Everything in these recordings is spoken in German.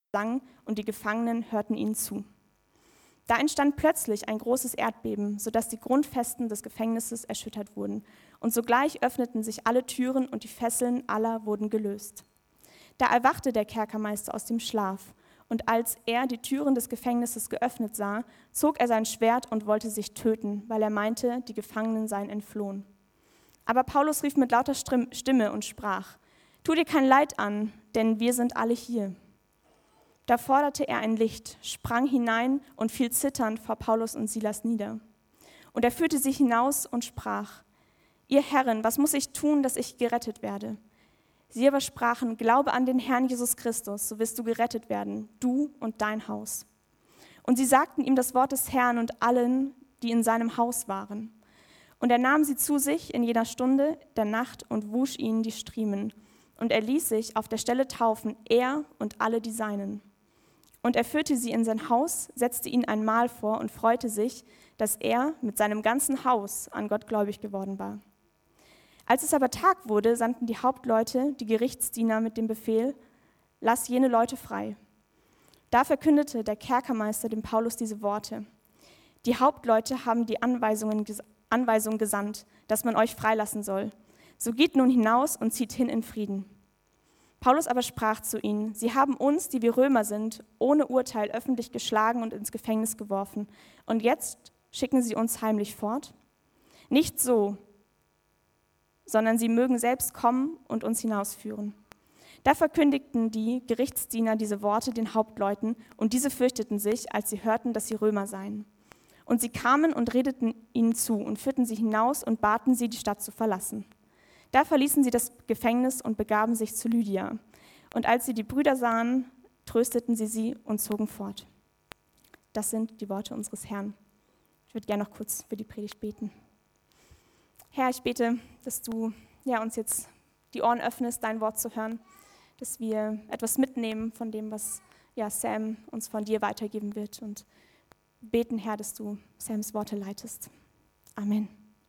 sang und die Gefangenen hörten ihnen zu. Da entstand plötzlich ein großes Erdbeben, sodass die Grundfesten des Gefängnisses erschüttert wurden. Und sogleich öffneten sich alle Türen und die Fesseln aller wurden gelöst. Da erwachte der Kerkermeister aus dem Schlaf. Und als er die Türen des Gefängnisses geöffnet sah, zog er sein Schwert und wollte sich töten, weil er meinte, die Gefangenen seien entflohen. Aber Paulus rief mit lauter Stimme und sprach: Tu dir kein Leid an, denn wir sind alle hier. Da forderte er ein Licht, sprang hinein und fiel zitternd vor Paulus und Silas nieder. Und er führte sie hinaus und sprach: Ihr Herren, was muss ich tun, dass ich gerettet werde? Sie aber sprachen: Glaube an den Herrn Jesus Christus, so wirst du gerettet werden, du und dein Haus. Und sie sagten ihm das Wort des Herrn und allen, die in seinem Haus waren. Und er nahm sie zu sich in jeder Stunde der Nacht und wusch ihnen die Striemen. Und er ließ sich auf der Stelle taufen, er und alle die Seinen. Und er führte sie in sein Haus, setzte ihnen ein Mahl vor und freute sich, dass er mit seinem ganzen Haus an Gott gläubig geworden war. Als es aber Tag wurde, sandten die Hauptleute die Gerichtsdiener mit dem Befehl: Lass jene Leute frei. Da verkündete der Kerkermeister dem Paulus diese Worte: Die Hauptleute haben die Anweisung gesandt, dass man euch freilassen soll. So geht nun hinaus und zieht hin in Frieden. Paulus aber sprach zu ihnen: Sie haben uns, die wir Römer sind, ohne Urteil öffentlich geschlagen und ins Gefängnis geworfen. Und jetzt schicken sie uns heimlich fort? Nicht so, sondern sie mögen selbst kommen und uns hinausführen. Da verkündigten die Gerichtsdiener diese Worte den Hauptleuten, und diese fürchteten sich, als sie hörten, dass sie Römer seien. Und sie kamen und redeten ihnen zu und führten sie hinaus und baten sie, die Stadt zu verlassen. Da verließen sie das Gefängnis und begaben sich zu Lydia. Und als sie die Brüder sahen, trösteten sie sie und zogen fort. Das sind die Worte unseres Herrn. Ich würde gerne noch kurz für die Predigt beten. Herr, ich bete, dass du uns jetzt die Ohren öffnest, dein Wort zu hören, dass wir etwas mitnehmen von dem, was Sam uns von dir weitergeben wird, und beten, Herr, dass du Sams Worte leitest. Amen.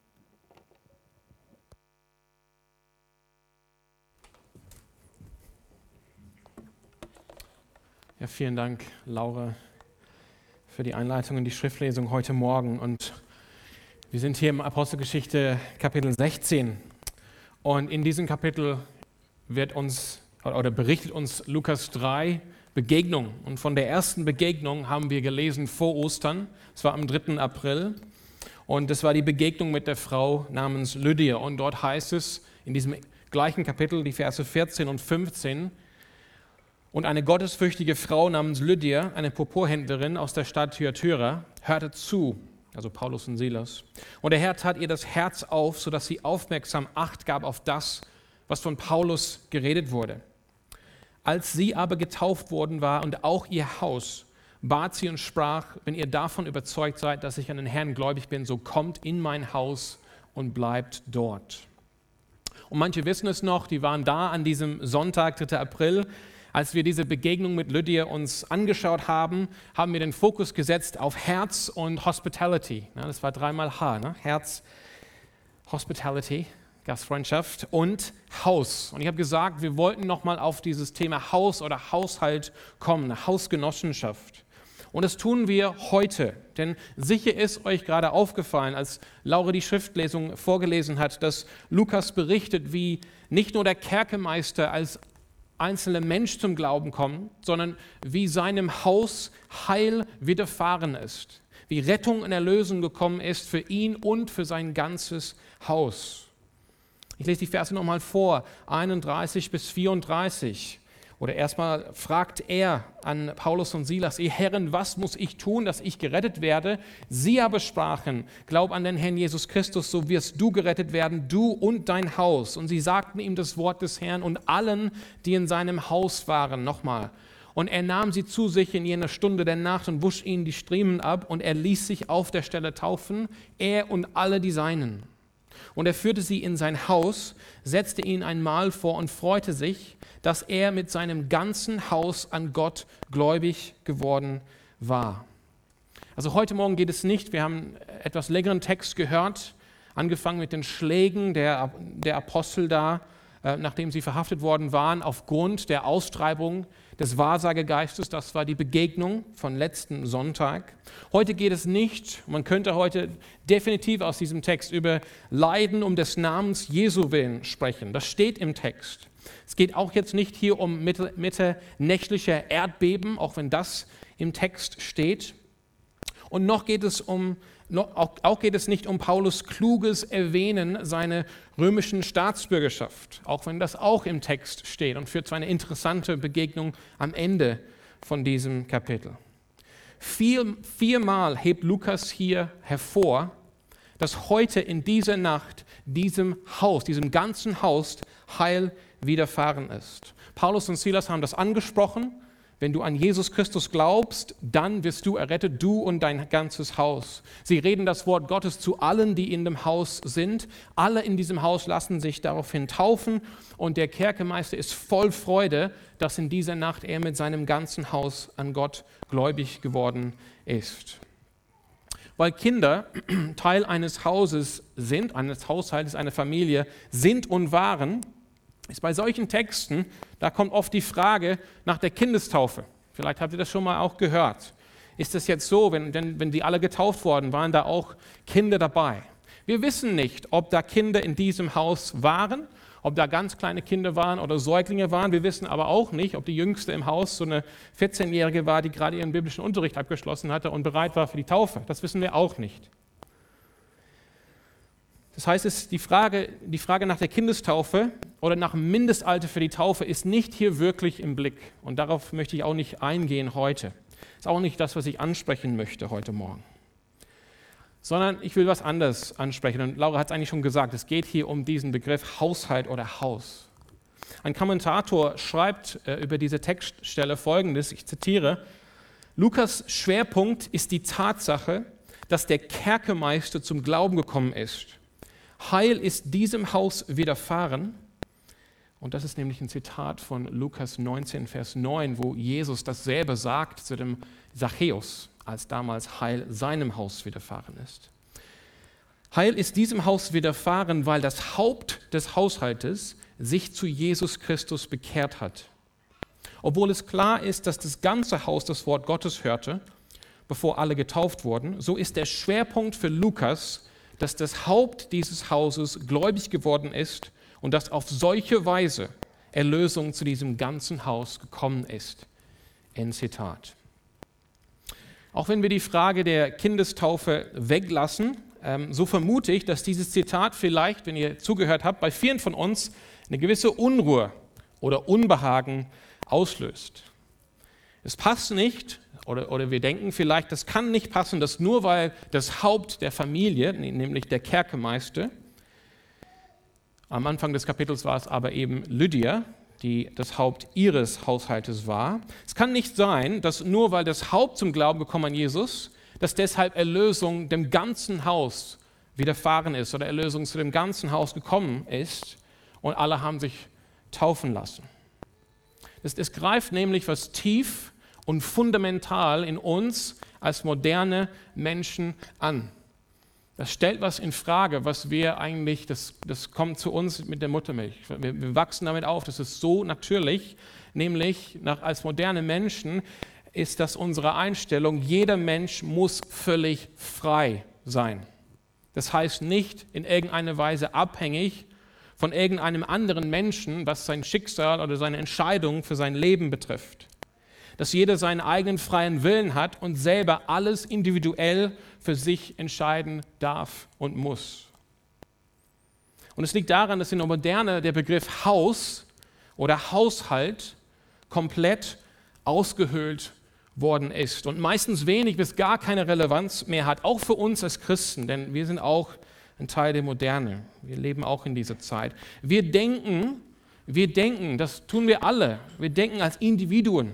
Ja, vielen Dank, Laura, für die Einleitung in die Schriftlesung heute Morgen. Und wir sind hier im Apostelgeschichte Kapitel 16. Und in diesem Kapitel berichtet uns Lukas 3 Begegnungen. Und von der ersten Begegnung haben wir gelesen vor Ostern. Es war am 3. April. Und das war die Begegnung mit der Frau namens Lydia. Und dort heißt es in diesem gleichen Kapitel, die Verse 14 und 15, und eine gottesfürchtige Frau namens Lydia, eine Purpurhändlerin aus der Stadt Thyatira, hörte zu, also Paulus und Silas. Und der Herr tat ihr das Herz auf, sodass sie aufmerksam Acht gab auf das, was von Paulus geredet wurde. Als sie aber getauft worden war und auch ihr Haus, bat sie und sprach: Wenn ihr davon überzeugt seid, dass ich an den Herrn gläubig bin, so kommt in mein Haus und bleibt dort. Und manche wissen es noch, die waren da an diesem Sonntag, 3. April, als wir diese Begegnung mit Lydia uns angeschaut haben, haben wir den Fokus gesetzt auf Herz und Hospitality. Ja, das war 3-mal H, ne? Herz, Hospitality, Gastfreundschaft und Haus. Und ich habe gesagt, wir wollten nochmal auf dieses Thema Haus oder Haushalt kommen, eine Hausgenossenschaft. Und das tun wir heute, denn sicher ist euch gerade aufgefallen, als Laura die Schriftlesung vorgelesen hat, dass Lukas berichtet, wie nicht nur der Kerkermeister als einzelner Mensch zum Glauben kommt, sondern wie seinem Haus Heil widerfahren ist, wie Rettung und Erlösung gekommen ist für ihn und für sein ganzes Haus. Ich lese die Verse nochmal vor, 31 bis 34. Oder erstmal fragt er an Paulus und Silas: Ihr Herren, was muss ich tun, dass ich gerettet werde? Sie aber sprachen: Glaub an den Herrn Jesus Christus, so wirst du gerettet werden, du und dein Haus. Und sie sagten ihm das Wort des Herrn und allen, die in seinem Haus waren. Nochmal. Und er nahm sie zu sich in jener Stunde der Nacht und wusch ihnen die Striemen ab, und er ließ sich auf der Stelle taufen, er und alle die Seinen. Und er führte sie in sein Haus, setzte ihnen ein Mahl vor und freute sich, dass er mit seinem ganzen Haus an Gott gläubig geworden war. Also heute Morgen geht es nicht, wir haben etwas längeren Text gehört, angefangen mit den Schlägen der Apostel da, nachdem sie verhaftet worden waren, aufgrund der Austreibung des Wahrsagegeistes. Das war die Begegnung von letzten Sonntag. Heute geht es nicht, man könnte heute definitiv aus diesem Text über Leiden um des Namens Jesu willen sprechen. Das steht im Text. Es geht auch jetzt nicht hier um mitternächtliche Erdbeben, auch wenn das im Text steht. Und noch geht es nicht um Paulus kluges Erwähnen seiner römischen Staatsbürgerschaft, auch wenn das auch im Text steht und führt zu einer interessanten Begegnung am Ende von diesem Kapitel. Viermal hebt Lukas hier hervor, dass heute in dieser Nacht diesem ganzen Haus Heil widerfahren ist. Paulus und Silas haben das angesprochen. Wenn du an Jesus Christus glaubst, dann wirst du errettet, du und dein ganzes Haus. Sie reden das Wort Gottes zu allen, die in dem Haus sind. Alle in diesem Haus lassen sich daraufhin taufen und der Kerkermeister ist voll Freude, dass in dieser Nacht er mit seinem ganzen Haus an Gott gläubig geworden ist. Weil Kinder Teil eines Hauses sind, eines Haushaltes, einer Familie sind und waren, ist bei solchen Texten, da kommt oft die Frage nach der Kindestaufe. Vielleicht habt ihr das schon mal auch gehört. Ist es jetzt so, wenn die alle getauft worden waren, da auch Kinder dabei? Wir wissen nicht, ob da Kinder in diesem Haus waren, ob da ganz kleine Kinder waren oder Säuglinge waren. Wir wissen aber auch nicht, ob die Jüngste im Haus so eine 14-Jährige war, die gerade ihren biblischen Unterricht abgeschlossen hatte und bereit war für die Taufe. Das wissen wir auch nicht. Das heißt, die Frage nach der Kindestaufe oder nach dem Mindestalter für die Taufe ist nicht hier wirklich im Blick. Und darauf möchte ich auch nicht eingehen heute. Ist auch nicht das, was ich ansprechen möchte heute Morgen. Sondern ich will was anderes ansprechen. Und Laura hat es eigentlich schon gesagt, es geht hier um diesen Begriff Haushalt oder Haus. Ein Kommentator schreibt über diese Textstelle Folgendes, ich zitiere: Lukas' Schwerpunkt ist die Tatsache, dass der Kerkermeister zum Glauben gekommen ist. Heil ist diesem Haus widerfahren. Und das ist nämlich ein Zitat von Lukas 19, Vers 9, wo Jesus dasselbe sagt zu dem Zachäus, als damals Heil seinem Haus widerfahren ist. Heil ist diesem Haus widerfahren, weil das Haupt des Haushaltes sich zu Jesus Christus bekehrt hat. Obwohl es klar ist, dass das ganze Haus das Wort Gottes hörte, bevor alle getauft wurden, so ist der Schwerpunkt für Lukas, dass das Haupt dieses Hauses gläubig geworden ist und dass auf solche Weise Erlösung zu diesem ganzen Haus gekommen ist. End Zitat. Auch wenn wir die Frage der Kindestaufe weglassen, so vermute ich, dass dieses Zitat vielleicht, wenn ihr zugehört habt, bei vielen von uns eine gewisse Unruhe oder Unbehagen auslöst. Es passt nicht, oder wir denken vielleicht, das kann nicht passen, dass nur weil das Haupt der Familie, nämlich der Kerkermeister, am Anfang des Kapitels war es aber eben Lydia, die das Haupt ihres Haushaltes war. Es kann nicht sein, dass nur weil das Haupt zum Glauben gekommen an Jesus, dass deshalb Erlösung dem ganzen Haus widerfahren ist oder Erlösung zu dem ganzen Haus gekommen ist und alle haben sich taufen lassen. Es greift nämlich was tief und fundamental in uns als moderne Menschen an. Das stellt was in Frage, was wir eigentlich, das kommt zu uns mit der Muttermilch. Wir wachsen damit auf, das ist so natürlich, nämlich als moderne Menschen ist das unsere Einstellung, jeder Mensch muss völlig frei sein. Das heißt nicht in irgendeiner Weise abhängig von irgendeinem anderen Menschen, was sein Schicksal oder seine Entscheidung für sein Leben betrifft. Dass jeder seinen eigenen freien Willen hat und selber alles individuell für sich entscheiden darf und muss. Und es liegt daran, dass in der Moderne der Begriff Haus oder Haushalt komplett ausgehöhlt worden ist und meistens wenig bis gar keine Relevanz mehr hat, auch für uns als Christen, denn wir sind auch ein Teil der Moderne. Wir leben auch in dieser Zeit. Wir denken, das tun wir alle, wir denken als Individuen.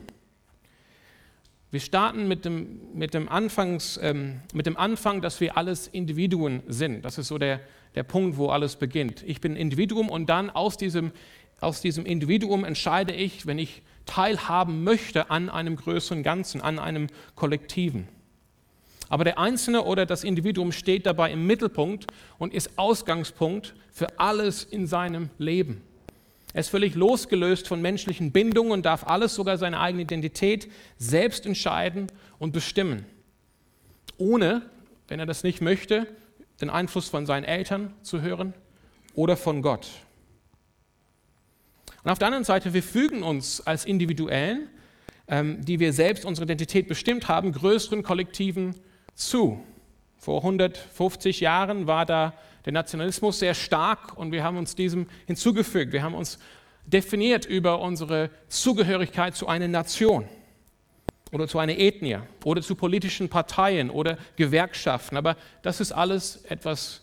Wir starten mit dem Anfang, dass wir alles Individuen sind. Das ist so der Punkt, wo alles beginnt. Ich bin ein Individuum und dann aus diesem Individuum entscheide ich, wenn ich teilhaben möchte an einem größeren Ganzen, an einem Kollektiven. Aber der Einzelne oder das Individuum steht dabei im Mittelpunkt und ist Ausgangspunkt für alles in seinem Leben. Er ist völlig losgelöst von menschlichen Bindungen und darf alles, sogar seine eigene Identität, selbst entscheiden und bestimmen. Ohne, wenn er das nicht möchte, den Einfluss von seinen Eltern zu hören oder von Gott. Und auf der anderen Seite, wir fügen uns als Individuellen, die wir selbst unsere Identität bestimmt haben, größeren Kollektiven zu. Vor 150 Jahren war da der Nationalismus sehr stark und wir haben uns diesem hinzugefügt. Wir haben uns definiert über unsere Zugehörigkeit zu einer Nation oder zu einer Ethnie oder zu politischen Parteien oder Gewerkschaften. Aber das ist alles etwas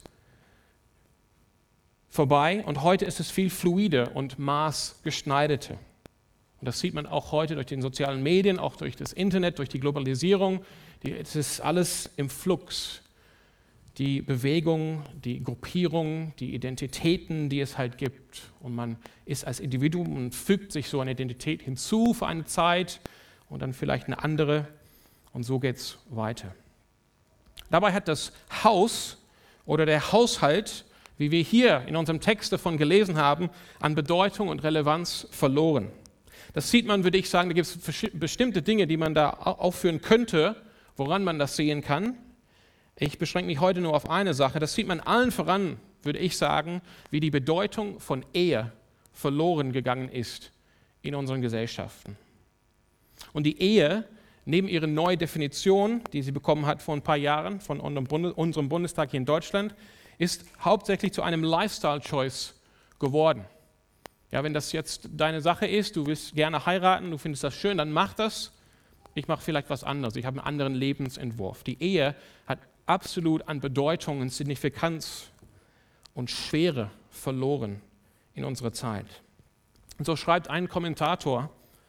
vorbei und heute ist es viel fluider und maßgeschneiderter. Und das sieht man auch heute durch die sozialen Medien, auch durch das Internet, durch die Globalisierung. Es ist alles im Flux. Die Bewegungen, die Gruppierungen, die Identitäten, die es halt gibt. Und man ist als Individuum und fügt sich so eine Identität hinzu für eine Zeit und dann vielleicht eine andere. Und so geht es weiter. Dabei hat das Haus oder der Haushalt, wie wir hier in unserem Text davon gelesen haben, an Bedeutung und Relevanz verloren. Das sieht man, würde ich sagen, da gibt es bestimmte Dinge, die man da aufführen könnte, woran man das sehen kann. Ich beschränke mich heute nur auf eine Sache. Das sieht man allen voran, würde ich sagen, wie die Bedeutung von Ehe verloren gegangen ist in unseren Gesellschaften. Und die Ehe, neben ihrer neuen Definition, die sie bekommen hat vor ein paar Jahren von unserem Bundestag hier in Deutschland, ist hauptsächlich zu einem Lifestyle-Choice geworden. Ja, wenn das jetzt deine Sache ist, du willst gerne heiraten, du findest das schön, dann mach das. Ich mache vielleicht was anderes, ich habe einen anderen Lebensentwurf. Die Ehe hat absolut an Bedeutung und Signifikanz und Schwere verloren in unserer Zeit. Und so schreibt ein Kommentator,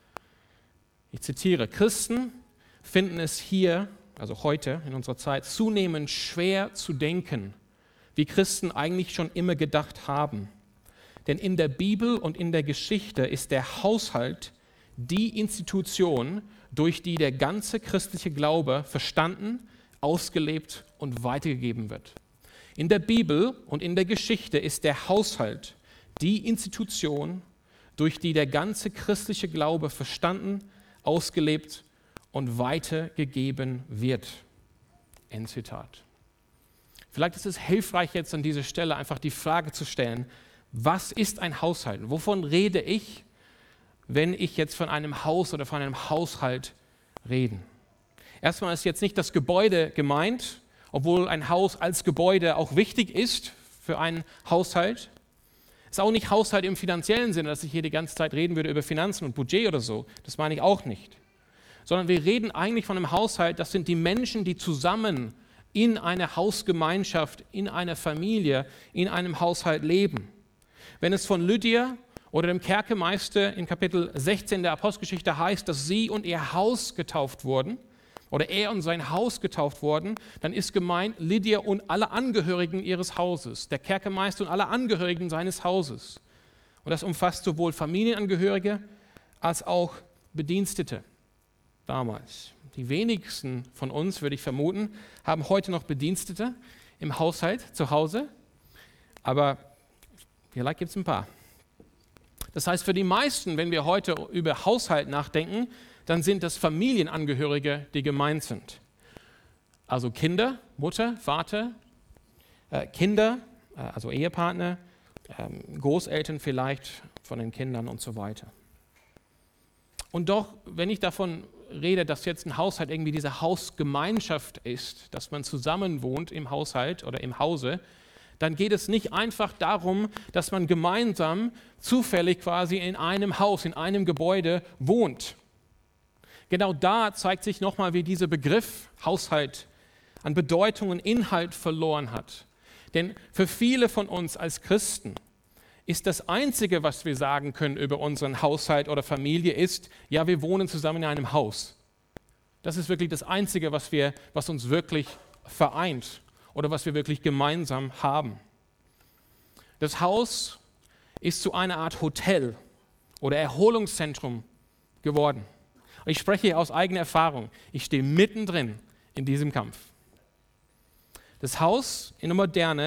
ich zitiere, Christen finden es hier, also heute in unserer Zeit, zunehmend schwer zu denken, wie Christen eigentlich schon immer gedacht haben. Denn in der Bibel und in der Geschichte ist der Haushalt die Institution, durch die der ganze christliche Glaube verstanden, ausgelebt und weitergegeben wird. In der Bibel und in der Geschichte ist der Haushalt die Institution, durch die der ganze christliche Glaube verstanden, ausgelebt und weitergegeben wird. End Zitat. Vielleicht ist es hilfreich, jetzt an dieser Stelle einfach die Frage zu stellen, was ist ein Haushalt? Wovon rede ich, wenn ich jetzt von einem Haus oder von einem Haushalt rede? Erstmal ist jetzt nicht das Gebäude gemeint, obwohl ein Haus als Gebäude auch wichtig ist für einen Haushalt. Es ist auch nicht Haushalt im finanziellen Sinne, dass ich hier die ganze Zeit reden würde über Finanzen und Budget oder so. Das meine ich auch nicht. Sondern wir reden eigentlich von einem Haushalt, das sind die Menschen, die zusammen in einer Hausgemeinschaft, in einer Familie, in einem Haushalt leben. Wenn es von Lydia oder dem Kerkemeister in Kapitel 16 der Apostelgeschichte heißt, dass sie und ihr Haus getauft wurden, oder er und sein Haus getauft wurden, dann ist gemeint Lydia und alle Angehörigen ihres Hauses, der Kerkemeister und alle Angehörigen seines Hauses. Und das umfasst sowohl Familienangehörige als auch Bedienstete damals. Die wenigsten von uns, würde ich vermuten, haben heute noch Bedienstete im Haushalt zu Hause, aber vielleicht gibt es ein paar. Das heißt, für die meisten, wenn wir heute über Haushalt nachdenken, dann sind das Familienangehörige, die gemeint sind. Also Kinder, Mutter, Vater, Kinder, also Ehepartner, Großeltern vielleicht von den Kindern und so weiter. Und doch, wenn ich davon rede, dass jetzt ein Haushalt irgendwie diese Hausgemeinschaft ist, dass man zusammen wohnt im Haushalt oder im Hause, dann geht es nicht einfach darum, dass man gemeinsam zufällig quasi in einem Haus, in einem Gebäude wohnt. Genau da zeigt sich nochmal, wie dieser Begriff Haushalt an Bedeutung und Inhalt verloren hat. Denn für viele von uns als Christen ist das Einzige, was wir sagen können über unseren Haushalt oder Familie, ist, ja, wir wohnen zusammen in einem Haus. Das ist wirklich das Einzige, was uns wirklich vereint oder was wir wirklich gemeinsam haben. Das Haus ist zu einer Art Hotel oder Erholungszentrum geworden. Ich spreche hier aus eigener Erfahrung. Ich stehe mittendrin in diesem Kampf. Das Haus in der Moderne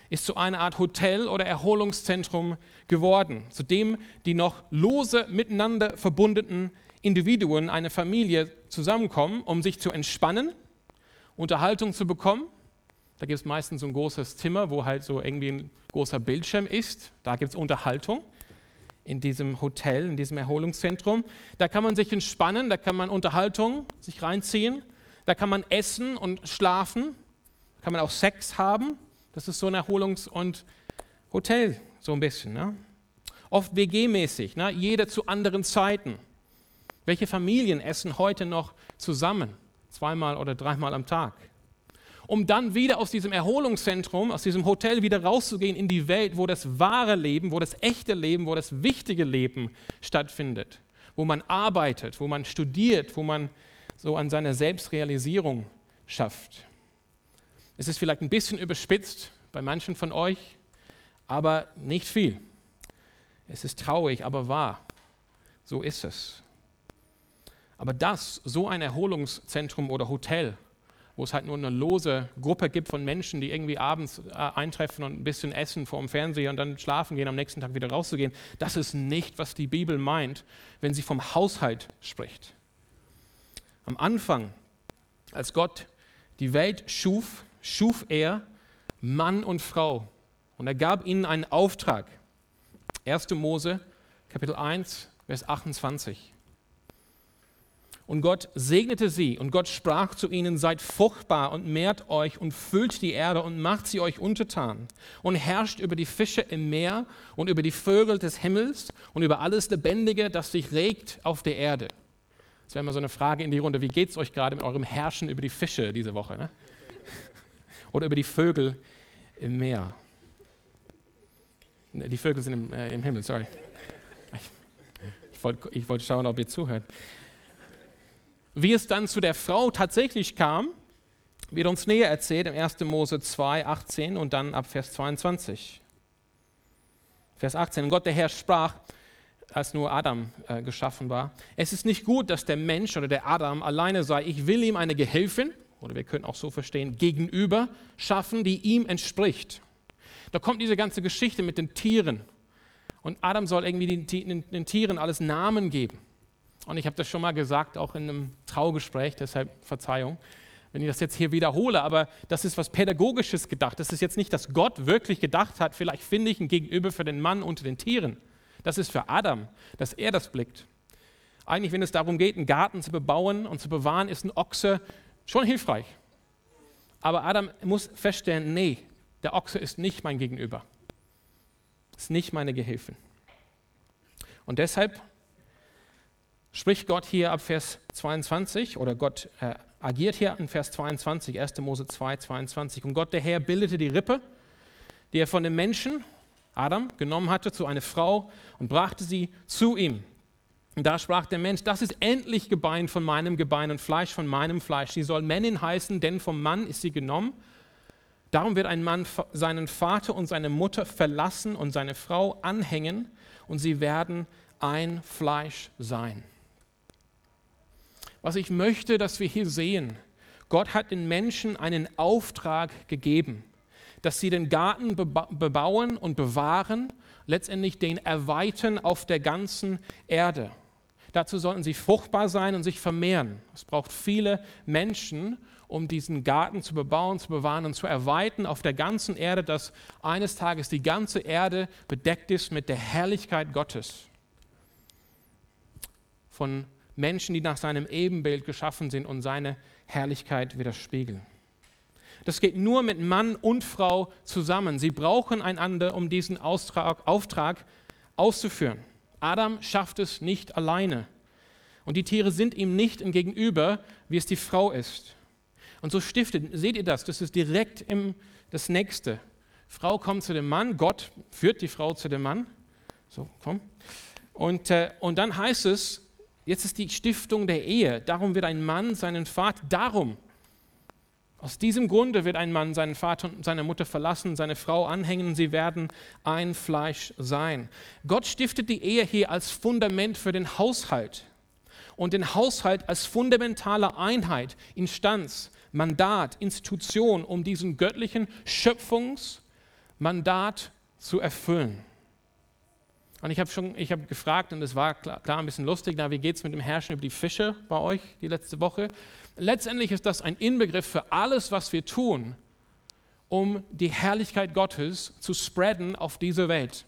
ist zu einer Art Hotel oder Erholungszentrum geworden, zu dem die noch lose miteinander verbundenen Individuen, eine Familie zusammenkommen, um sich zu entspannen, Unterhaltung zu bekommen. Da gibt es meistens so ein großes Zimmer, wo halt so irgendwie ein großer Bildschirm ist. Da gibt es Unterhaltung in diesem Hotel, in diesem Erholungszentrum. Da kann man sich entspannen, da kann man Unterhaltung sich reinziehen, da kann man essen und schlafen, da kann man auch Sex haben. Das ist so ein Erholungs- und Hotel, so ein bisschen. Ne? Oft WG-mäßig, ne? Jeder zu anderen Zeiten. Welche Familien essen heute noch zusammen? 2-mal oder 3-mal am Tag. Um dann wieder aus diesem Erholungszentrum, aus diesem Hotel wieder rauszugehen in die Welt, wo das wahre Leben, wo das echte Leben, wo das wichtige Leben stattfindet. Wo man arbeitet, wo man studiert, wo man so an seiner Selbstrealisierung schafft. Es ist vielleicht ein bisschen überspitzt bei manchen von euch, aber nicht viel. Es ist traurig, aber wahr. So ist es. Aber so ein Erholungszentrum oder Hotel, wo es halt nur eine lose Gruppe gibt von Menschen, die irgendwie abends eintreffen und ein bisschen essen vor dem Fernseher und dann schlafen gehen, am nächsten Tag wieder rauszugehen, das ist nicht, was die Bibel meint, wenn sie vom Haushalt spricht. Am Anfang, als Gott die Welt schuf er Mann und Frau und er gab ihnen einen Auftrag. 1. Mose, Kapitel 1, Vers 28. Und Gott segnete sie und Gott sprach zu ihnen, seid fruchtbar und mehrt euch und füllt die Erde und macht sie euch untertan und herrscht über die Fische im Meer und über die Vögel des Himmels und über alles Lebendige, das sich regt auf der Erde. Das wäre mal so eine Frage in die Runde, wie geht es euch gerade mit eurem Herrschen über die Fische diese Woche? Ne? Oder über die Vögel im Meer. Die Vögel sind im Himmel, sorry. Ich wollte schauen, ob ihr zuhört. Wie es dann zu der Frau tatsächlich kam, wird uns näher erzählt im 1. Mose 2, 18 und dann ab Vers 22. Vers 18, und Gott der Herr sprach, als nur Adam geschaffen war, es ist nicht gut, dass der Mensch oder der Adam alleine sei. Ich will ihm eine Gehilfin, oder wir können auch so verstehen, gegenüber schaffen, die ihm entspricht. Da kommt diese ganze Geschichte mit den Tieren. Und Adam soll irgendwie den Tieren alles Namen geben. Und ich habe das schon mal gesagt, auch in einem Traugespräch, deshalb Verzeihung, wenn ich das jetzt hier wiederhole, aber das ist was Pädagogisches gedacht. Das ist jetzt nicht, dass Gott wirklich gedacht hat, vielleicht finde ich ein Gegenüber für den Mann unter den Tieren. Das ist für Adam, dass er das blickt. Eigentlich, wenn es darum geht, einen Garten zu bebauen und zu bewahren, ist ein Ochse schon hilfreich. Aber Adam muss feststellen, nee, der Ochse ist nicht mein Gegenüber. Ist nicht meine Gehilfin. Und deshalb spricht Gott hier ab Vers 22, oder Gott agiert hier in Vers 22, 1. Mose 2, 22. Und Gott, der Herr, bildete die Rippe, die er von dem Menschen, Adam, genommen hatte, zu einer Frau und brachte sie zu ihm. Und da sprach der Mensch, das ist endlich Gebein von meinem Gebein und Fleisch von meinem Fleisch. Sie soll Männin heißen, denn vom Mann ist sie genommen. Darum wird ein Mann seinen Vater und seine Mutter verlassen und seine Frau anhängen und sie werden ein Fleisch sein. Was ich möchte, dass wir hier sehen, Gott hat den Menschen einen Auftrag gegeben, dass sie den Garten bebauen und bewahren, letztendlich den erweitern auf der ganzen Erde. Dazu sollten sie fruchtbar sein und sich vermehren. Es braucht viele Menschen, um diesen Garten zu bebauen, zu bewahren und zu erweitern auf der ganzen Erde, dass eines Tages die ganze Erde bedeckt ist mit der Herrlichkeit Gottes. Von Menschen, die nach seinem Ebenbild geschaffen sind und seine Herrlichkeit widerspiegeln. Das geht nur mit Mann und Frau zusammen. Sie brauchen einander, um diesen Auftrag auszuführen. Adam schafft es nicht alleine. Und die Tiere sind ihm nicht ein Gegenüber, wie es die Frau ist. Und so seht ihr das? Das ist direkt das Nächste. Frau kommt zu dem Mann, Gott führt die Frau zu dem Mann. So, komm. Und dann heißt es, jetzt ist die Stiftung der Ehe. Darum wird ein Mann seinen Vater, aus diesem Grunde wird ein Mann seinen Vater und seine Mutter verlassen, seine Frau anhängen, sie werden ein Fleisch sein. Gott stiftet die Ehe hier als Fundament für den Haushalt. Und den Haushalt als fundamentale Einheit, Instanz, Mandat, Institution, um diesen göttlichen Mandat zu erfüllen. Und ich habe gefragt, und es war klar ein bisschen lustig, wie geht es mit dem Herrschen über die Fische bei euch die letzte Woche? Letztendlich ist das ein Inbegriff für alles, was wir tun, um die Herrlichkeit Gottes zu spreaden auf diese Welt.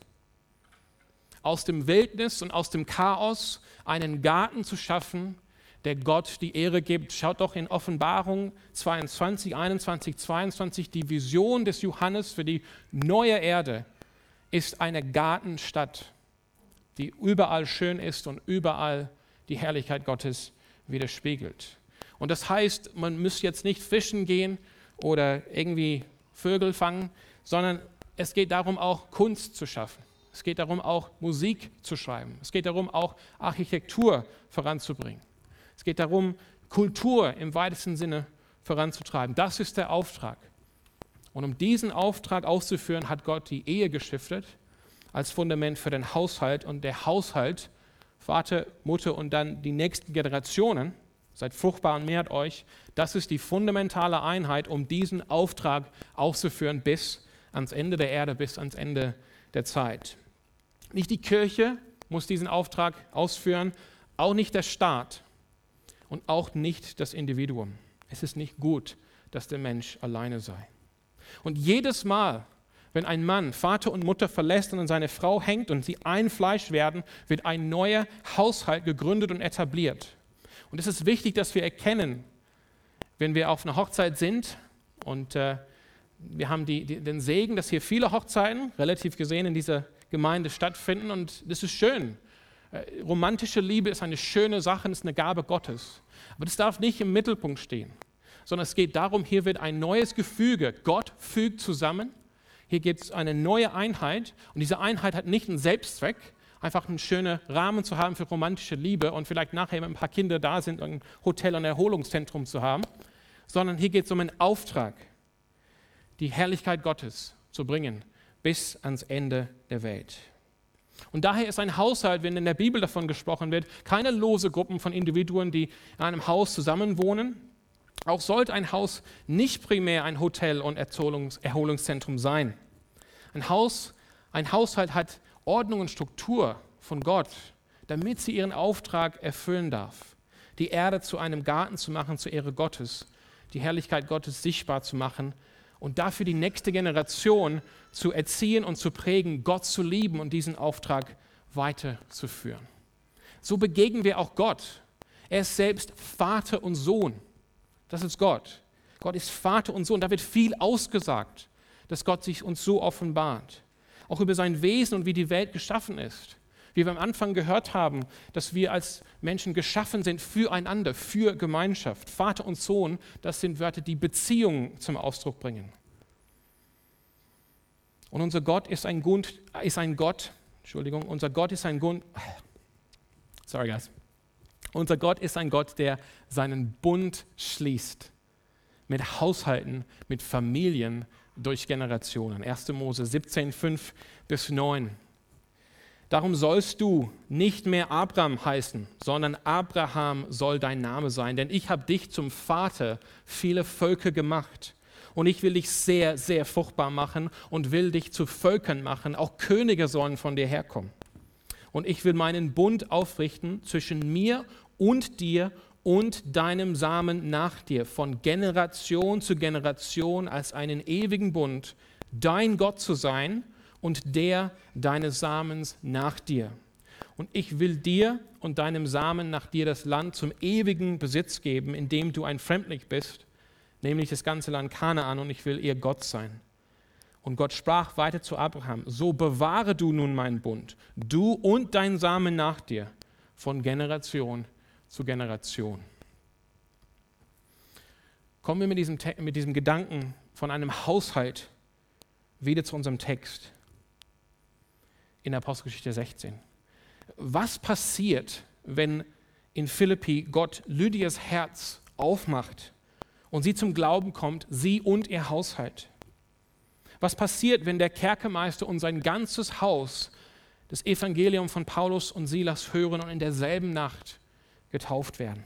Aus dem Wildnis und aus dem Chaos einen Garten zu schaffen, der Gott die Ehre gibt. Schaut doch in Offenbarung 22, 21, 22, die Vision des Johannes für die neue Erde ist eine Gartenstadt, die überall schön ist und überall die Herrlichkeit Gottes widerspiegelt. Und das heißt, man muss jetzt nicht fischen gehen oder irgendwie Vögel fangen, sondern es geht darum, auch Kunst zu schaffen. Es geht darum, auch Musik zu schreiben. Es geht darum, auch Architektur voranzubringen. Es geht darum, Kultur im weitesten Sinne voranzutreiben. Das ist der Auftrag. Und um diesen Auftrag auszuführen, hat Gott die Ehe gestiftet als Fundament für den Haushalt. Und der Haushalt, Vater, Mutter und dann die nächsten Generationen, seid fruchtbar und mehrt euch, das ist die fundamentale Einheit, um diesen Auftrag auszuführen bis ans Ende der Erde, bis ans Ende der Zeit. Nicht die Kirche muss diesen Auftrag ausführen, auch nicht der Staat und auch nicht das Individuum. Es ist nicht gut, dass der Mensch alleine sei. Und jedes Mal, wenn ein Mann Vater und Mutter verlässt und an seine Frau hängt und sie ein Fleisch werden, wird ein neuer Haushalt gegründet und etabliert. Und es ist wichtig, dass wir erkennen, wenn wir auf einer Hochzeit sind und wir haben den Segen, dass hier viele Hochzeiten, relativ gesehen, in dieser Gemeinde stattfinden und das ist schön. Romantische Liebe ist eine schöne Sache, ist eine Gabe Gottes. Aber das darf nicht im Mittelpunkt stehen, sondern es geht darum, hier wird ein neues Gefüge. Gott fügt zusammen. Hier gibt es eine neue Einheit und diese Einheit hat nicht einen Selbstzweck, einfach einen schönen Rahmen zu haben für romantische Liebe und vielleicht nachher, wenn ein paar Kinder da sind, ein Hotel- und Erholungszentrum zu haben, sondern hier geht es um einen Auftrag, die Herrlichkeit Gottes zu bringen bis ans Ende der Welt. Und daher ist ein Haushalt, wenn in der Bibel davon gesprochen wird, keine lose Gruppen von Individuen, die in einem Haus zusammenwohnen. Auch sollte ein Haus nicht primär ein Hotel- und Erholungszentrum sein. Ein Haushalt hat Ordnung und Struktur von Gott, damit sie ihren Auftrag erfüllen darf. Die Erde zu einem Garten zu machen zur Ehre Gottes, die Herrlichkeit Gottes sichtbar zu machen und dafür die nächste Generation zu erziehen und zu prägen, Gott zu lieben und diesen Auftrag weiterzuführen. So begegnen wir auch Gott. Er ist selbst Vater und Sohn. Das ist Gott. Gott ist Vater und Sohn. Da wird viel ausgesagt, dass Gott sich uns so offenbart. Auch über sein Wesen und wie die Welt geschaffen ist. Wie wir am Anfang gehört haben, dass wir als Menschen geschaffen sind füreinander, für Gemeinschaft. Vater und Sohn, das sind Wörter, die Beziehungen zum Ausdruck bringen. Und unser Gott ist ein Gott, der seinen Bund schließt mit Haushalten, mit Familien durch Generationen. 1. Mose 17, 5-9. Darum sollst du nicht mehr Abram heißen, sondern Abraham soll dein Name sein, denn ich habe dich zum Vater vieler Völker gemacht. Und ich will dich sehr, sehr fruchtbar machen und will dich zu Völkern machen. Auch Könige sollen von dir herkommen. Und ich will meinen Bund aufrichten zwischen mir und dir und deinem Samen nach dir, von Generation zu Generation als einen ewigen Bund, dein Gott zu sein und der deines Samens nach dir. Und ich will dir und deinem Samen nach dir das Land zum ewigen Besitz geben, in dem du ein Fremdling bist, nämlich das ganze Land Kanaan, und ich will ihr Gott sein. Und Gott sprach weiter zu Abraham: So bewahre du nun meinen Bund, du und dein Samen nach dir, von Generation zu Generation. Kommen wir mit diesem Gedanken von einem Haushalt wieder zu unserem Text in Apostelgeschichte 16. Was passiert, wenn in Philippi Gott Lydias Herz aufmacht und sie zum Glauben kommt, sie und ihr Haushalt? Was passiert, wenn der Kerkermeister und sein ganzes Haus das Evangelium von Paulus und Silas hören und in derselben Nacht getauft werden?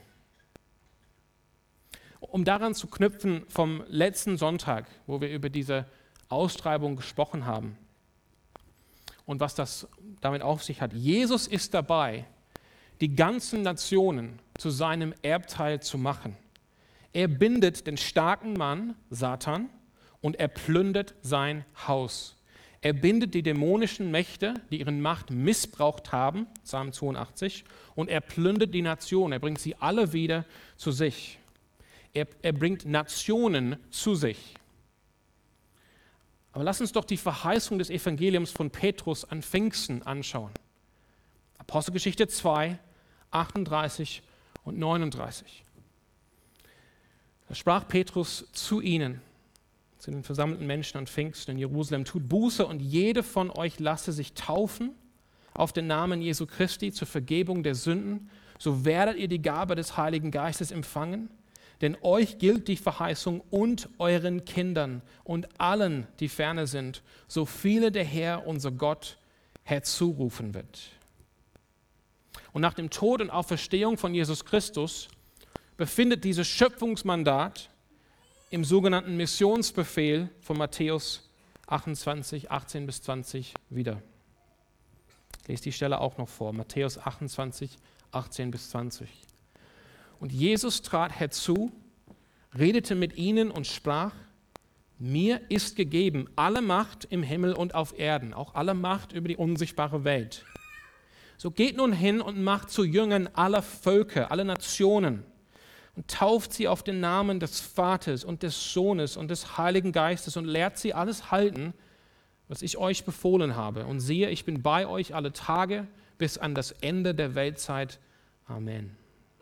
Um daran zu knüpfen vom letzten Sonntag, wo wir über diese Austreibung gesprochen haben und was das damit auf sich hat. Jesus ist dabei, die ganzen Nationen zu seinem Erbteil zu machen. Er bindet den starken Mann, Satan, und er plündert sein Haus. Er bindet die dämonischen Mächte, die ihre Macht missbraucht haben, Psalm 82, und er plündert die Nationen. Er bringt sie alle wieder zu sich. Er bringt Nationen zu sich. Aber lass uns doch die Verheißung des Evangeliums von Petrus an Pfingsten anschauen. Apostelgeschichte 2, 38 und 39. Da sprach Petrus zu ihnen, zu den versammelten Menschen an Pfingsten in Jerusalem: Tut Buße und jede von euch lasse sich taufen auf den Namen Jesu Christi zur Vergebung der Sünden, so werdet ihr die Gabe des Heiligen Geistes empfangen, denn euch gilt die Verheißung und euren Kindern und allen, die ferne sind, so viele der Herr, unser Gott, herzurufen wird. Und nach dem Tod und Auferstehung von Jesus Christus befindet dieses Schöpfungsmandat im sogenannten Missionsbefehl von Matthäus 28, 18 bis 20 wieder. Ich lese die Stelle auch noch vor, Matthäus 28, 18 bis 20. Und Jesus trat herzu, redete mit ihnen und sprach: Mir ist gegeben alle Macht im Himmel und auf Erden, auch alle Macht über die unsichtbare Welt. So geht nun hin und macht zu Jüngern aller Völker, aller Nationen und tauft sie auf den Namen des Vaters und des Sohnes und des Heiligen Geistes und lehrt sie alles halten, was ich euch befohlen habe. Und siehe, ich bin bei euch alle Tage bis an das Ende der Weltzeit. Amen.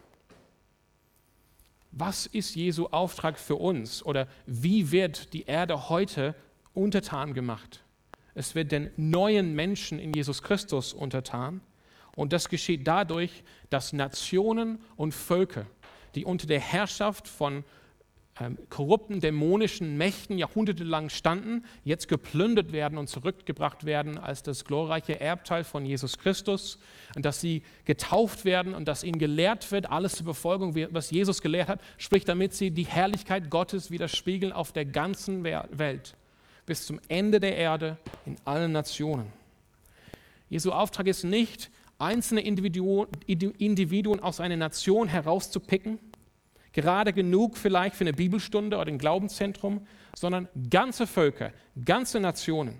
Was ist Jesu Auftrag für uns? Oder wie wird die Erde heute untertan gemacht? Es wird den neuen Menschen in Jesus Christus untertan. Und das geschieht dadurch, dass Nationen und Völker, die unter der Herrschaft von korrupten, dämonischen Mächten jahrhundertelang standen, jetzt geplündert werden und zurückgebracht werden als das glorreiche Erbteil von Jesus Christus, und dass sie getauft werden und dass ihnen gelehrt wird, alles zur Befolgung, was Jesus gelehrt hat, sprich, damit sie die Herrlichkeit Gottes widerspiegeln auf der ganzen Welt, bis zum Ende der Erde in allen Nationen. Jesu Auftrag ist nicht, einzelne Individuen aus einer Nation herauszupicken, gerade genug vielleicht für eine Bibelstunde oder ein Glaubenszentrum, sondern ganze Völker, ganze Nationen.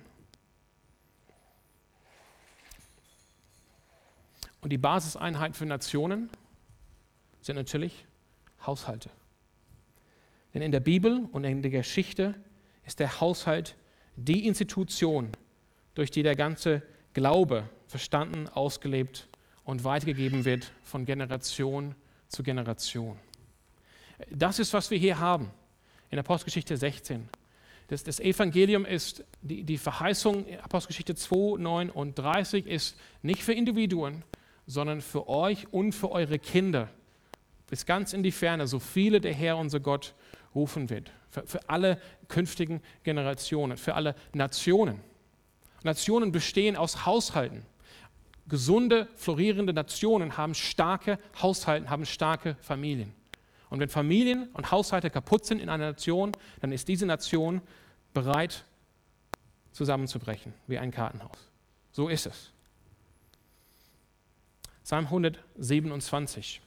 Und die Basiseinheit für Nationen sind natürlich Haushalte. Denn in der Bibel und in der Geschichte ist der Haushalt die Institution, durch die der ganze Glaube verstanden, ausgelebt und weitergegeben wird von Generation zu Generation. Das ist, was wir hier haben in Apostelgeschichte 16. Das Evangelium ist, die Verheißung in Apostelgeschichte 2, 9 und 30 ist nicht für Individuen, sondern für euch und für eure Kinder. Bis ganz in die Ferne, so viele der Herr, unser Gott, rufen wird. Für alle künftigen Generationen, für alle Nationen. Nationen bestehen aus Haushalten. Gesunde, florierende Nationen haben starke Haushalte, haben starke Familien. Und wenn Familien und Haushalte kaputt sind in einer Nation, dann ist diese Nation bereit, zusammenzubrechen, wie ein Kartenhaus. So ist es. Psalm 127.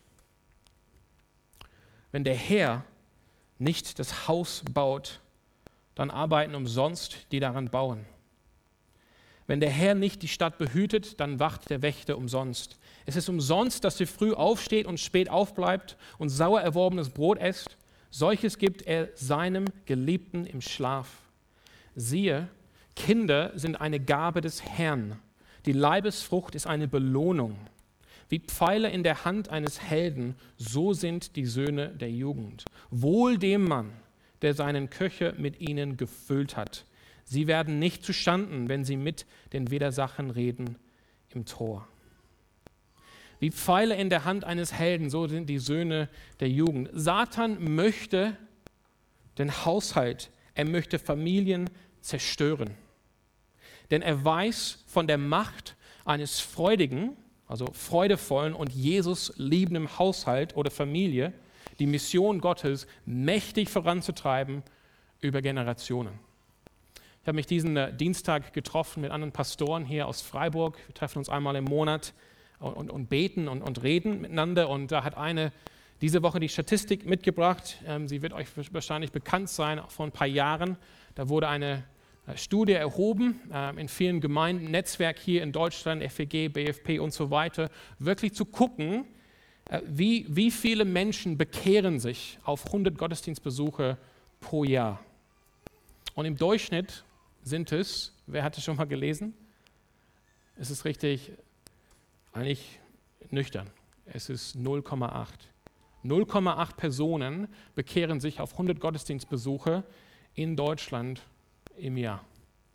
Wenn der Herr nicht das Haus baut, dann arbeiten umsonst, die daran bauen. Wenn der Herr nicht die Stadt behütet, dann wacht der Wächter umsonst. Es ist umsonst, dass ihr früh aufsteht und spät aufbleibt und sauer erworbenes Brot esst. Solches gibt er seinem Geliebten im Schlaf. Siehe, Kinder sind eine Gabe des Herrn. Die Leibesfrucht ist eine Belohnung. Wie Pfeile in der Hand eines Helden, so sind die Söhne der Jugend. Wohl dem Mann, der seinen Köcher mit ihnen gefüllt hat. Sie werden nicht zustanden, wenn sie mit den Widersachern reden im Tor. Wie Pfeile in der Hand eines Helden, so sind die Söhne der Jugend. Satan möchte den Haushalt, er möchte Familien zerstören. Denn er weiß von der Macht eines freudigen, also freudevollen und Jesus liebenden Haushalt oder Familie, die Mission Gottes mächtig voranzutreiben über Generationen. Ich habe mich diesen Dienstag getroffen mit anderen Pastoren hier aus Freiburg. Wir treffen uns einmal im Monat und beten und reden miteinander. Und da hat eine diese Woche die Statistik mitgebracht. Sie wird euch wahrscheinlich bekannt sein, auch vor ein paar Jahren. Da wurde eine Studie erhoben in vielen Gemeinden, Netzwerk hier in Deutschland, FEG, BFP und so weiter, wirklich zu gucken, wie viele Menschen bekehren sich auf 100 Gottesdienstbesuche pro Jahr. Und im Durchschnitt sind es, wer hat es schon mal gelesen? Es ist richtig, eigentlich nüchtern. Es ist 0,8. 0,8 Personen bekehren sich auf 100 Gottesdienstbesuche in Deutschland im Jahr.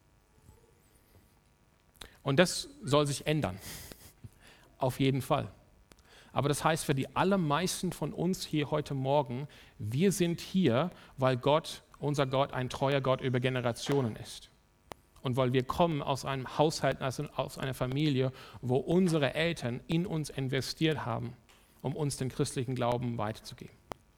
Und das soll sich ändern. Auf jeden Fall. Aber das heißt für die allermeisten von uns hier heute Morgen, wir sind hier, weil Gott, unser Gott, ein treuer Gott über Generationen ist. Und weil wir kommen aus einem Haushalt, also aus einer Familie, wo unsere Eltern in uns investiert haben, um uns den christlichen Glauben weiterzugeben.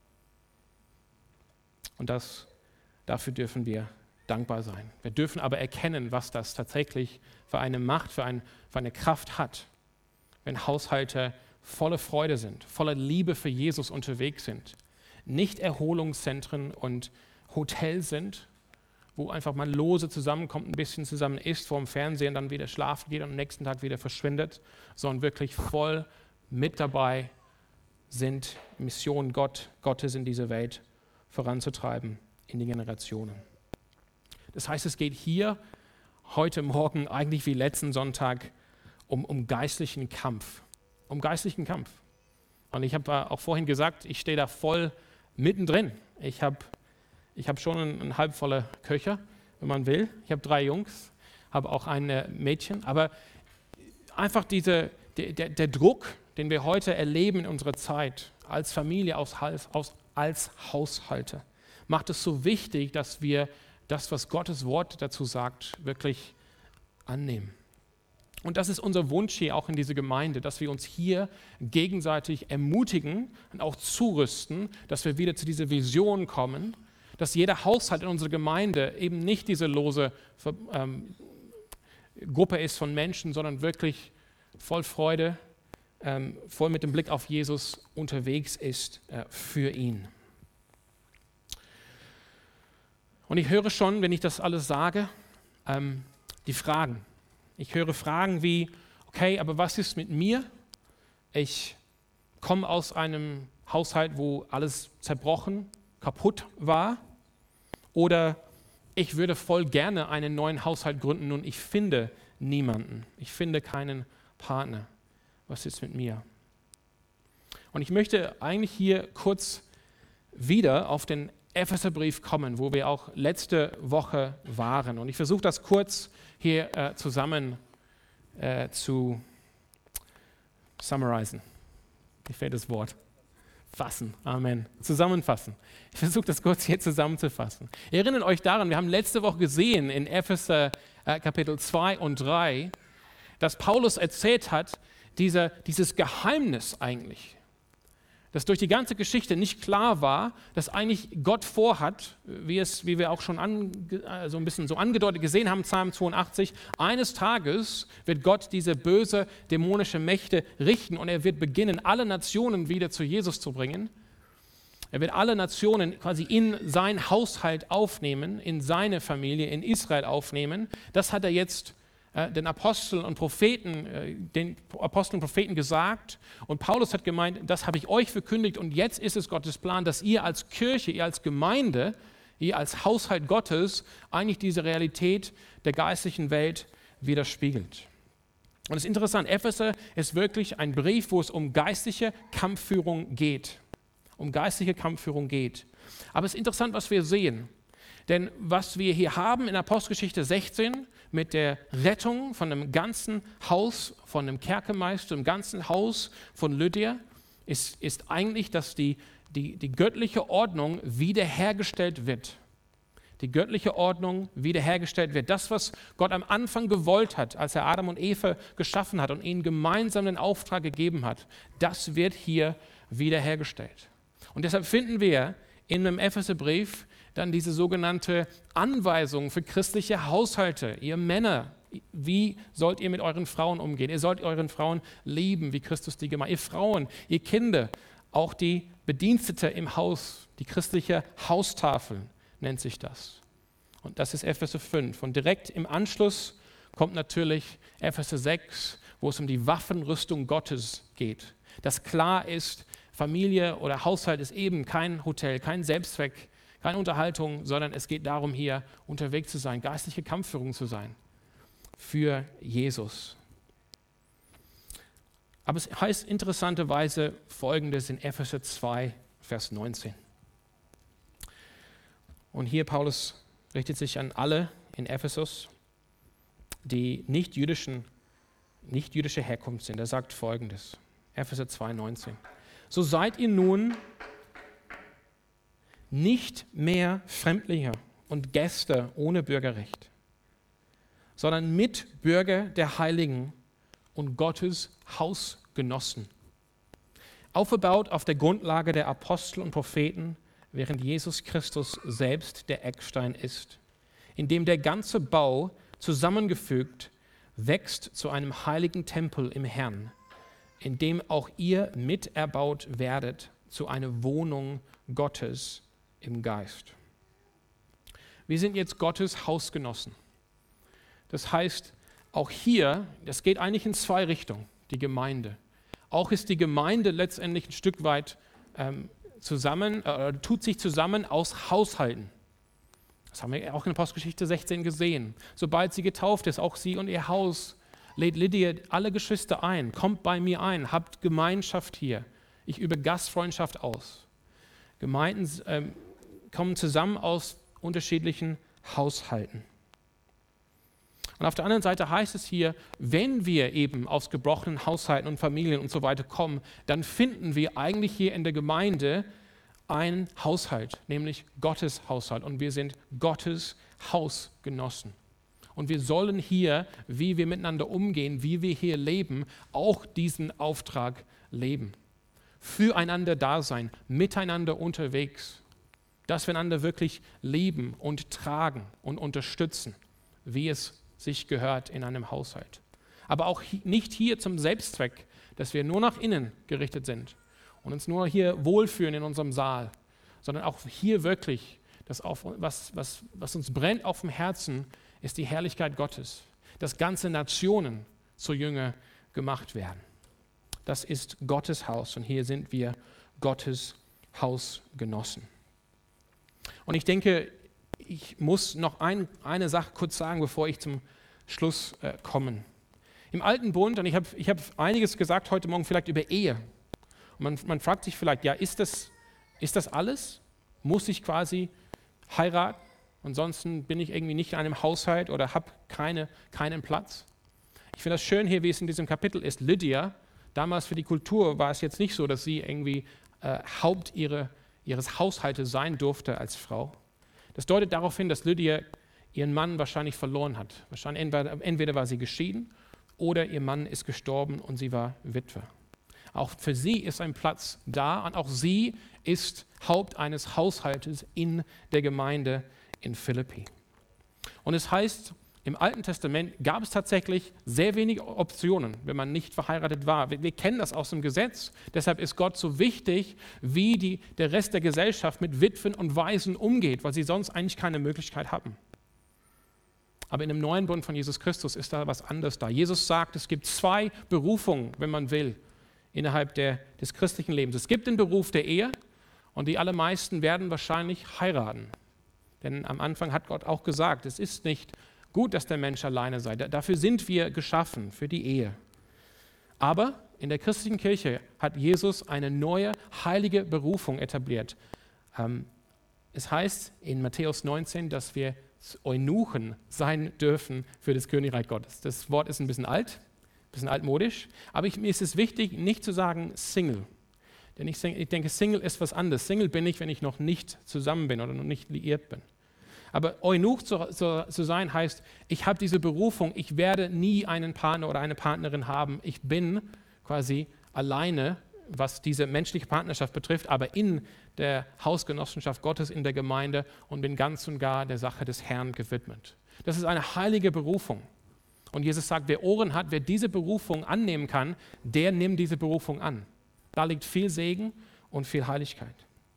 Und dafür dürfen wir dankbar sein. Wir dürfen aber erkennen, was das tatsächlich für eine Macht, für eine Kraft hat, wenn Haushalte voller Freude sind, voller Liebe für Jesus unterwegs sind, nicht Erholungszentren und Hotels sind, wo einfach mal lose zusammenkommt, ein bisschen zusammen isst, vor dem Fernsehen, dann wieder schlafen geht und am nächsten Tag wieder verschwindet, sondern wirklich voll mit dabei sind, Mission Gottes in dieser Welt voranzutreiben in die Generationen. Das heißt, es geht hier heute Morgen eigentlich wie letzten Sonntag um geistlichen Kampf. Um geistlichen Kampf. Und ich habe auch vorhin gesagt, ich stehe da voll mittendrin. Ich habe schon einen halbvoller Köcher, wenn man will. Ich habe 3 Jungs, habe auch ein Mädchen. Aber einfach der Druck, den wir heute erleben in unserer Zeit als Familie, als Haushalte, macht es so wichtig, dass wir das, was Gottes Wort dazu sagt, wirklich annehmen. Und das ist unser Wunsch hier auch in dieser Gemeinde, dass wir uns hier gegenseitig ermutigen und auch zurüsten, dass wir wieder zu dieser Vision kommen, dass jeder Haushalt in unserer Gemeinde eben nicht diese lose Gruppe ist von Menschen, sondern wirklich voll Freude, voll mit dem Blick auf Jesus unterwegs ist für ihn. Und ich höre schon, wenn ich das alles sage, die Fragen. Ich höre Fragen wie, okay, aber was ist mit mir? Ich komme aus einem Haushalt, wo alles zerbrochen, kaputt war. Oder ich würde voll gerne einen neuen Haushalt gründen und ich finde niemanden. Ich finde keinen Partner. Was ist mit mir? Und ich möchte eigentlich hier kurz wieder auf den Epheserbrief kommen, wo wir auch letzte Woche waren. Und ich versuche das kurz hier zusammen zu summarisen. Mir fehlt das Wort. Fassen. Amen. Zusammenfassen. Ich versuche das kurz hier zusammenzufassen. Ihr erinnert euch daran, wir haben letzte Woche gesehen in Epheser Kapitel 2 und 3, dass Paulus erzählt hat, dieses Geheimnis eigentlich, dass durch die ganze Geschichte nicht klar war, dass eigentlich Gott vorhat, wie wir auch schon so ein bisschen so angedeutet gesehen haben, Psalm 82, eines Tages wird Gott diese böse, dämonische Mächte richten und er wird beginnen, alle Nationen wieder zu Jesus zu bringen. Er wird alle Nationen quasi in sein Haushalt aufnehmen, in seine Familie, in Israel aufnehmen. Das hat er jetzt den Aposteln und Propheten gesagt. Und Paulus hat gemeint, das habe ich euch verkündigt und jetzt ist es Gottes Plan, dass ihr als Kirche, ihr als Gemeinde, ihr als Haushalt Gottes eigentlich diese Realität der geistlichen Welt widerspiegelt. Und es ist interessant, Epheser ist wirklich ein Brief, wo es um geistliche Kampfführung geht. Um geistliche Kampfführung geht. Aber es ist interessant, was wir sehen. Denn was wir hier haben in Apostelgeschichte 16 mit der Rettung von dem ganzen Haus, von dem Kerkermeister, dem ganzen Haus von Lydia, ist eigentlich, dass die göttliche Ordnung wiederhergestellt wird. Die göttliche Ordnung wiederhergestellt wird. Das, was Gott am Anfang gewollt hat, als er Adam und Eva geschaffen hat und ihnen gemeinsam den Auftrag gegeben hat, das wird hier wiederhergestellt. Und deshalb finden wir in dem Epheserbrief dann diese sogenannte Anweisung für christliche Haushalte. Ihr Männer, wie sollt ihr mit euren Frauen umgehen? Ihr sollt euren Frauen lieben, wie Christus die Gemeinde. Ihr Frauen, ihr Kinder, auch die Bedienstete im Haus, die christliche Haustafel nennt sich das. Und das ist Epheser 5. Und direkt im Anschluss kommt natürlich Epheser 6, wo es um die Waffenrüstung Gottes geht. Dass klar ist, Familie oder Haushalt ist eben kein Hotel, kein Selbstzweck, keine Unterhaltung, sondern es geht darum, hier unterwegs zu sein, geistliche Kampfführung zu sein für Jesus. Aber es heißt interessanterweise Folgendes in Epheser 2, Vers 19. Und hier Paulus richtet sich an alle in Ephesus, die nicht jüdische Herkunft sind. Er sagt Folgendes, Epheser 2, 19. So seid ihr nun nicht mehr Fremdlinge und Gäste ohne Bürgerrecht, sondern Mitbürger der Heiligen und Gottes Hausgenossen, aufgebaut auf der Grundlage der Apostel und Propheten, während Jesus Christus selbst der Eckstein ist, in dem der ganze Bau zusammengefügt wächst zu einem heiligen Tempel im Herrn, in dem auch ihr miterbaut werdet zu einer Wohnung Gottes im Geist. Wir sind jetzt Gottes Hausgenossen. Das heißt, auch hier, das geht eigentlich in zwei Richtungen, die Gemeinde. Auch ist die Gemeinde letztendlich ein Stück weit tut sich zusammen aus Haushalten. Das haben wir auch in Apostelgeschichte 16 gesehen. Sobald sie getauft ist, auch sie und ihr Haus, lädt Lydia alle Geschwister ein, kommt bei mir ein, habt Gemeinschaft hier. Ich übe Gastfreundschaft aus. Gemeinden kommen zusammen aus unterschiedlichen Haushalten. Und auf der anderen Seite heißt es hier, wenn wir eben aus gebrochenen Haushalten und Familien und so weiter kommen, dann finden wir eigentlich hier in der Gemeinde einen Haushalt, nämlich Gottes Haushalt. Und wir sind Gottes Hausgenossen. Und wir sollen hier, wie wir miteinander umgehen, wie wir hier leben, auch diesen Auftrag leben. Füreinander da sein, miteinander unterwegs. Dass wir einander wirklich lieben und tragen und unterstützen, wie es sich gehört in einem Haushalt. Aber auch nicht hier zum Selbstzweck, dass wir nur nach innen gerichtet sind und uns nur hier wohlfühlen in unserem Saal, sondern auch hier wirklich, was uns brennt auf dem Herzen, ist die Herrlichkeit Gottes, dass ganze Nationen zu Jünger gemacht werden. Das ist Gottes Haus und hier sind wir Gottes Hausgenossen. Und ich denke, ich muss noch eine Sache kurz sagen, bevor ich zum Schluss komme. Im Alten Bund, und ich hab einiges gesagt heute Morgen vielleicht über Ehe. Und man fragt sich vielleicht, ja, ist das alles? Muss ich quasi heiraten? Ansonsten bin ich irgendwie nicht in einem Haushalt oder habe keinen Platz. Ich finde das schön hier, wie es in diesem Kapitel ist. Lydia, damals für die Kultur war es jetzt nicht so, dass sie irgendwie Haupt ihres Haushaltes sein durfte als Frau. Das deutet darauf hin, dass Lydia ihren Mann wahrscheinlich verloren hat. Wahrscheinlich entweder war sie geschieden oder ihr Mann ist gestorben und sie war Witwe. Auch für sie ist ein Platz da und auch sie ist Haupt eines Haushaltes in der Gemeinde in Philippi. Und es heißt, im Alten Testament gab es tatsächlich sehr wenige Optionen, wenn man nicht verheiratet war. Wir kennen das aus dem Gesetz. Deshalb ist Gott so wichtig, wie der Rest der Gesellschaft mit Witwen und Waisen umgeht, weil sie sonst eigentlich keine Möglichkeit haben. Aber in dem neuen Bund von Jesus Christus ist da was anderes da. Jesus sagt, es gibt zwei Berufungen, wenn man will, innerhalb des christlichen Lebens. Es gibt den Beruf der Ehe und die allermeisten werden wahrscheinlich heiraten. Denn am Anfang hat Gott auch gesagt, es ist nicht gut, dass der Mensch alleine sei. Dafür sind wir geschaffen, für die Ehe. Aber in der christlichen Kirche hat Jesus eine neue, heilige Berufung etabliert. Es heißt in Matthäus 19, dass wir Eunuchen sein dürfen für das Königreich Gottes. Das Wort ist ein bisschen altmodisch, aber mir ist es wichtig, nicht zu sagen Single. Denn ich denke, Single ist was anderes. Single bin ich, wenn ich noch nicht zusammen bin oder noch nicht liiert bin. Aber Eunuch zu sein heißt, ich habe diese Berufung, ich werde nie einen Partner oder eine Partnerin haben. Ich bin quasi alleine was diese menschliche Partnerschaft betrifft, aber in der Hausgenossenschaft Gottes, in der Gemeinde und bin ganz und gar der Sache des Herrn gewidmet. Das ist eine heilige Berufung. Und Jesus sagt, wer Ohren hat, wer diese Berufung annehmen kann, der nimmt diese Berufung an. Da liegt viel Segen und viel Heiligkeit.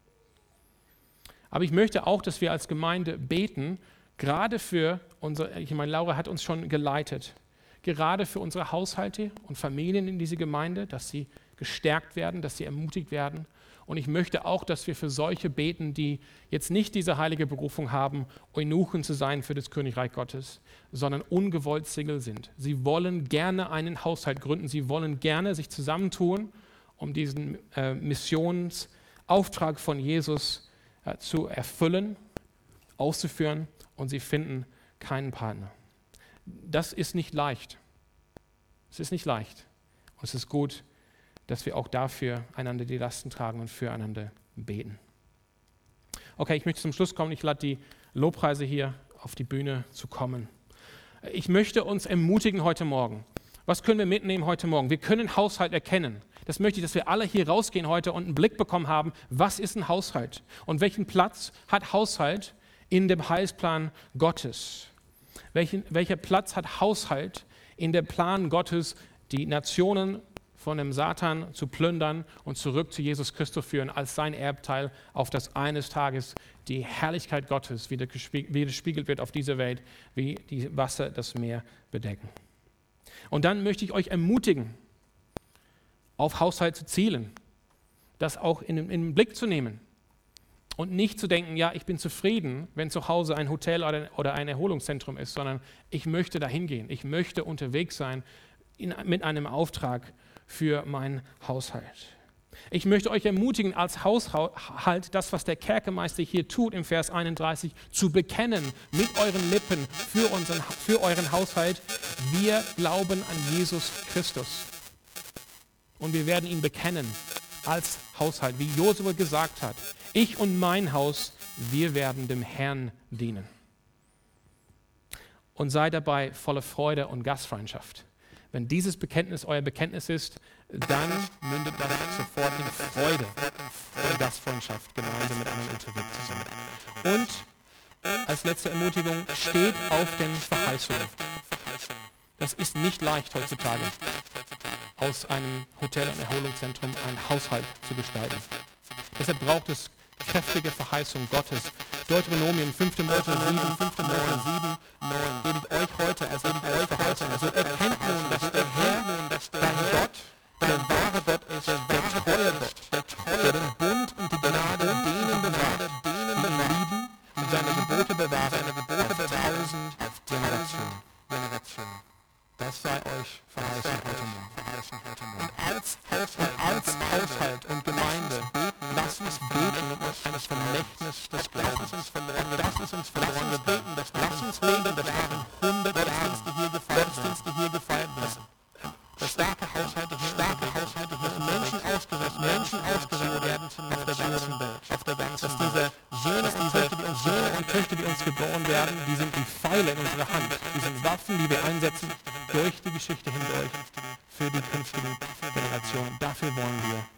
Aber ich möchte auch, dass wir als Gemeinde beten, gerade für unsere, ich meine, Laura hat uns schon geleitet, gerade für unsere Haushalte und Familien in diese Gemeinde, dass sie gestärkt werden, dass sie ermutigt werden. Und ich möchte auch, dass wir für solche beten, die jetzt nicht diese heilige Berufung haben, Eunuchen zu sein für das Königreich Gottes, sondern ungewollt Single sind. Sie wollen gerne einen Haushalt gründen, sie wollen gerne sich zusammentun, um diesen Missionsauftrag von Jesus zu erfüllen, auszuführen, und sie finden keinen Partner. Das ist nicht leicht. Es ist nicht leicht. Und es ist gut, dass wir auch dafür einander die Lasten tragen und füreinander beten. Okay, ich möchte zum Schluss kommen. Ich lade die Lobpreise hier auf die Bühne zu kommen. Ich möchte uns ermutigen heute Morgen. Was können wir mitnehmen heute Morgen? Wir können Haushalt erkennen. Das möchte ich, dass wir alle hier rausgehen heute und einen Blick bekommen haben, was ist ein Haushalt und welchen Platz hat Haushalt in dem Heilsplan Gottes? Welcher Platz hat Haushalt in dem Plan Gottes, die Nationen von dem Satan zu plündern und zurück zu Jesus Christus führen als sein Erbteil, auf das eines Tages die Herrlichkeit Gottes wieder gespiegelt wird auf dieser Welt, wie die Wasser das Meer bedecken. Und dann möchte ich euch ermutigen, auf Haushalt zu zielen, das auch in den Blick zu nehmen und nicht zu denken, ja, ich bin zufrieden, wenn zu Hause ein Hotel oder ein Erholungszentrum ist, sondern ich möchte dahin gehen, ich möchte unterwegs sein mit einem Auftrag für meinen Haushalt. Ich möchte euch ermutigen, als Haushalt das, was der Kerkermeister hier tut im Vers 31, zu bekennen mit euren Lippen für euren Haushalt. Wir glauben an Jesus Christus und wir werden ihn bekennen als Haushalt, wie Josua gesagt hat. Ich und mein Haus, wir werden dem Herrn dienen. Und sei dabei voller Freude und Gastfreundschaft. Wenn dieses Bekenntnis euer Bekenntnis ist, dann mündet das sofort in Freude und Gastfreundschaft, gemeinsam mit anderen unterwegs zu sein. Und als letzte Ermutigung, steht auf den Verheißungen. Das ist nicht leicht heutzutage, aus einem Hotel- und Erholungszentrum einen Haushalt zu gestalten. Deshalb braucht es kräftige Verheißung Gottes. Deuteronomium 5. Mose 7, 9, gebe ich euch heute als Verheißung. Also erkennt nun, dass der Herr, dein Gott, der wahre Gott ist, der treue Gott, der den Bund und die Gnade denen bewahrt, die ihn lieben und seine Gebote bewahrt, auf 1000 Generationen. Das sei euch verheißen heute Morgen. Und als Haushalt und Gemeinde, lasst uns beten und uns eines Vermächtnis des Glaubens. Das ist uns verloren. Wir beten, lasst uns beten, dass nach 100 Jahren Gottesdienste hier gefeiert werden. Dass starke Haushalte Menschen ausgesetzt werden auf der ganzen Welt. Dass diese Söhne und Töchter, die uns geboren werden, die sind wie Pfeile in unserer Hand. Die sind Waffen, die wir einsetzen durch die Geschichte hindurch für die künftigen Generationen. Dafür wollen wir